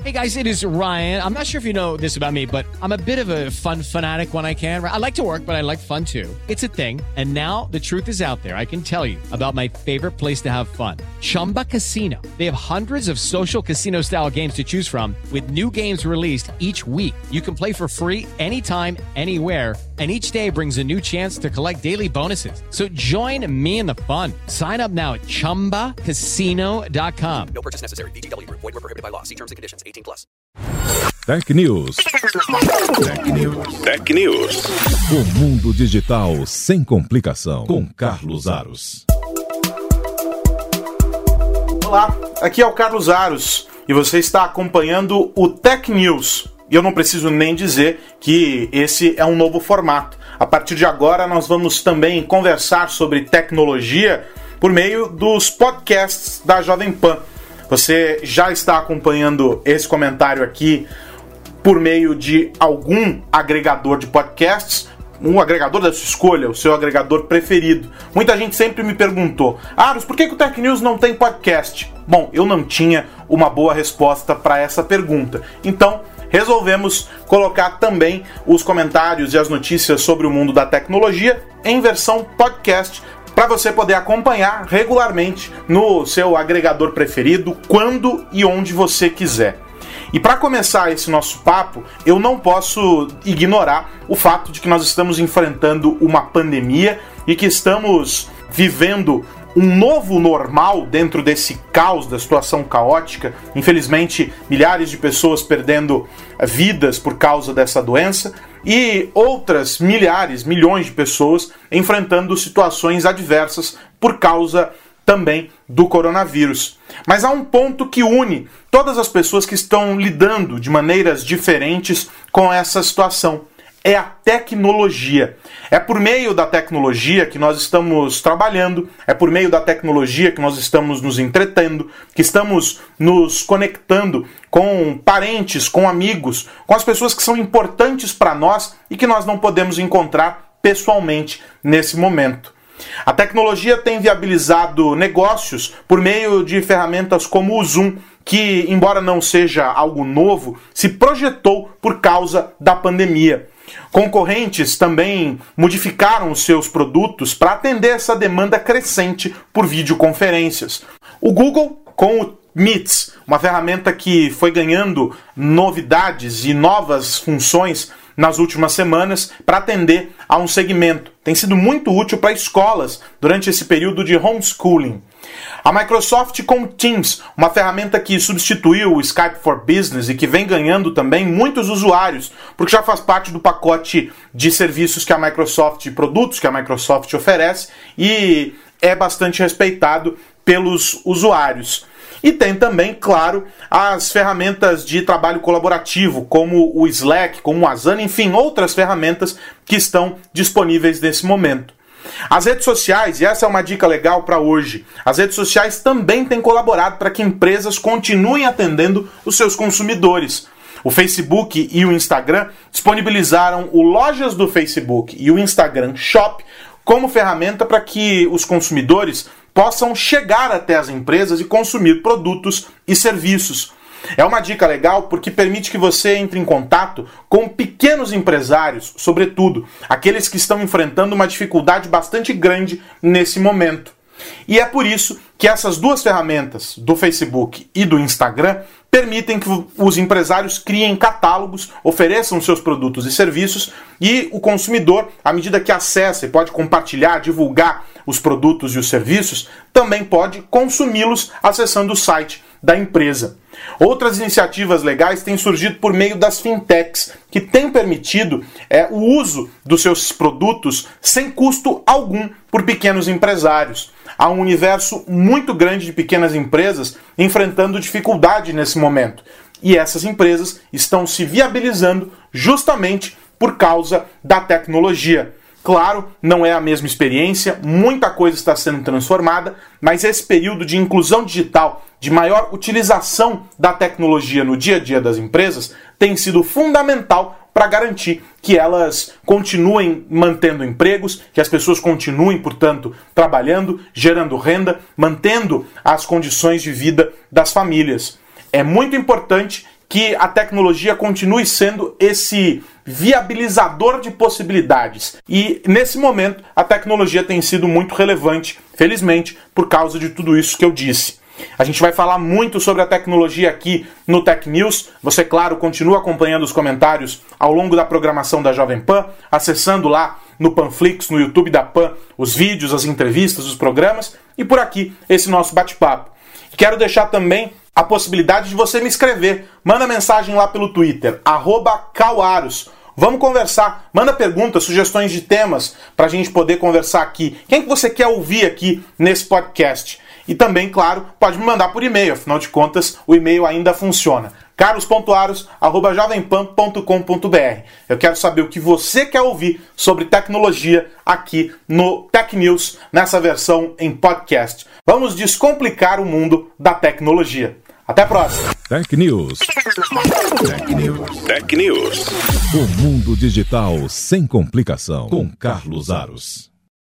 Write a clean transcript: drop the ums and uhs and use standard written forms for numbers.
Hey guys, it is Ryan. I'm not sure if you know this about me, but I'm a bit of a fun fanatic when I can. I like to work, but I like fun too. It's a thing. And now the truth is out there. I can tell you about my favorite place to have fun. Chumba Casino. They have hundreds of social casino style games to choose from with new games released each week. You can play for free anytime, anywhere. And each day brings a new chance to collect daily bonuses. So join me in the fun. Sign up now at ChumbaCasino.com. No purchase necessary. VGW. Void where prohibited by law. See terms and conditions. 18+. Tech News. Tech News. O mundo digital sem complicação. Com Carlos Aros. Olá, aqui é o Carlos Aros e você está acompanhando o Tech News. E eu não preciso nem dizer que esse é um novo formato. A partir de agora nós vamos também conversar sobre tecnologia por meio dos podcasts da Jovem Pan. Você já está acompanhando esse comentário aqui por meio de algum agregador de podcasts, um agregador da sua escolha, o seu agregador preferido. Muita gente sempre me perguntou: Aros, por que o Tech News não tem podcast? Bom, eu não tinha uma boa resposta para essa pergunta. Então, resolvemos colocar também os comentários e as notícias sobre o mundo da tecnologia em versão podcast, para você poder acompanhar regularmente no seu agregador preferido, quando e onde você quiser. E para começar esse nosso papo, eu não posso ignorar o fato de que nós estamos enfrentando uma pandemia e que estamos vivendo um novo normal dentro desse caos, da situação caótica. Infelizmente, milhares de pessoas perdendo vidas por causa dessa doença e outras milhões de pessoas enfrentando situações adversas por causa também do coronavírus. Mas há um ponto que une todas as pessoas que estão lidando de maneiras diferentes com essa situação. É a tecnologia. É por meio da tecnologia que nós estamos trabalhando, é por meio da tecnologia que nós estamos nos entretendo, que estamos nos conectando com parentes, com amigos, com as pessoas que são importantes para nós e que nós não podemos encontrar pessoalmente nesse momento. A tecnologia tem viabilizado negócios por meio de ferramentas como o Zoom, que, embora não seja algo novo, se projetou por causa da pandemia. Concorrentes também modificaram os seus produtos para atender essa demanda crescente por videoconferências. O Google, com o Meets, uma ferramenta que foi ganhando novidades e novas funções nas últimas semanas para atender a um segmento. Tem sido muito útil para escolas durante esse período de homeschooling. A Microsoft com Teams, uma ferramenta que substituiu o Skype for Business e que vem ganhando também muitos usuários, porque já faz parte do pacote de serviços que a Microsoft, produtos que a Microsoft oferece e é bastante respeitado pelos usuários. E tem também, claro, as ferramentas de trabalho colaborativo, como o Slack, como o Asana, enfim, outras ferramentas que estão disponíveis nesse momento. As redes sociais, e essa é uma dica legal para hoje, as redes sociais também têm colaborado para que empresas continuem atendendo os seus consumidores. O Facebook e o Instagram disponibilizaram o Lojas do Facebook e o Instagram Shop como ferramenta para que os consumidores possam chegar até as empresas e consumir produtos e serviços. É uma dica legal porque permite que você entre em contato com pequenos empresários, sobretudo aqueles que estão enfrentando uma dificuldade bastante grande nesse momento. E é por isso que essas duas ferramentas, do Facebook e do Instagram, permitem que os empresários criem catálogos, ofereçam seus produtos e serviços e o consumidor, à medida que acessa e pode compartilhar, divulgar os produtos e os serviços, também pode consumi-los acessando o site da empresa. Outras iniciativas legais têm surgido por meio das fintechs, que têm permitido o uso dos seus produtos sem custo algum por pequenos empresários. Há um universo muito grande de pequenas empresas enfrentando dificuldade nesse momento. E essas empresas estão se viabilizando justamente por causa da tecnologia. Claro, não é a mesma experiência, muita coisa está sendo transformada, mas esse período de inclusão digital, de maior utilização da tecnologia no dia a dia das empresas, tem sido fundamental para garantir que elas continuem mantendo empregos, que as pessoas continuem, portanto, trabalhando, gerando renda, mantendo as condições de vida das famílias. É muito importante que a tecnologia continue sendo esse viabilizador de possibilidades. E nesse momento a tecnologia tem sido muito relevante, felizmente, por causa de tudo isso que eu disse. A gente vai falar muito sobre a tecnologia aqui no Tech News. Você, claro, continua acompanhando os comentários ao longo da programação da Jovem Pan, acessando lá no Panflix, no YouTube da Pan, os vídeos, as entrevistas, os programas, e por aqui esse nosso bate-papo. Quero deixar também a possibilidade de você me escrever. Manda mensagem lá pelo Twitter, @Cauaros. Vamos conversar, manda perguntas, sugestões de temas para a gente poder conversar aqui. Quem que você quer ouvir aqui nesse podcast? E também, claro, pode me mandar por e-mail, afinal de contas, o e-mail ainda funciona. carlos.aros@jovempan.com.br. Eu quero saber o que você quer ouvir sobre tecnologia aqui no Tech News, nessa versão em podcast. Vamos descomplicar o mundo da tecnologia. Até a próxima. Tech News. Tech News. Tech News. O mundo digital sem complicação. Com Carlos Aros.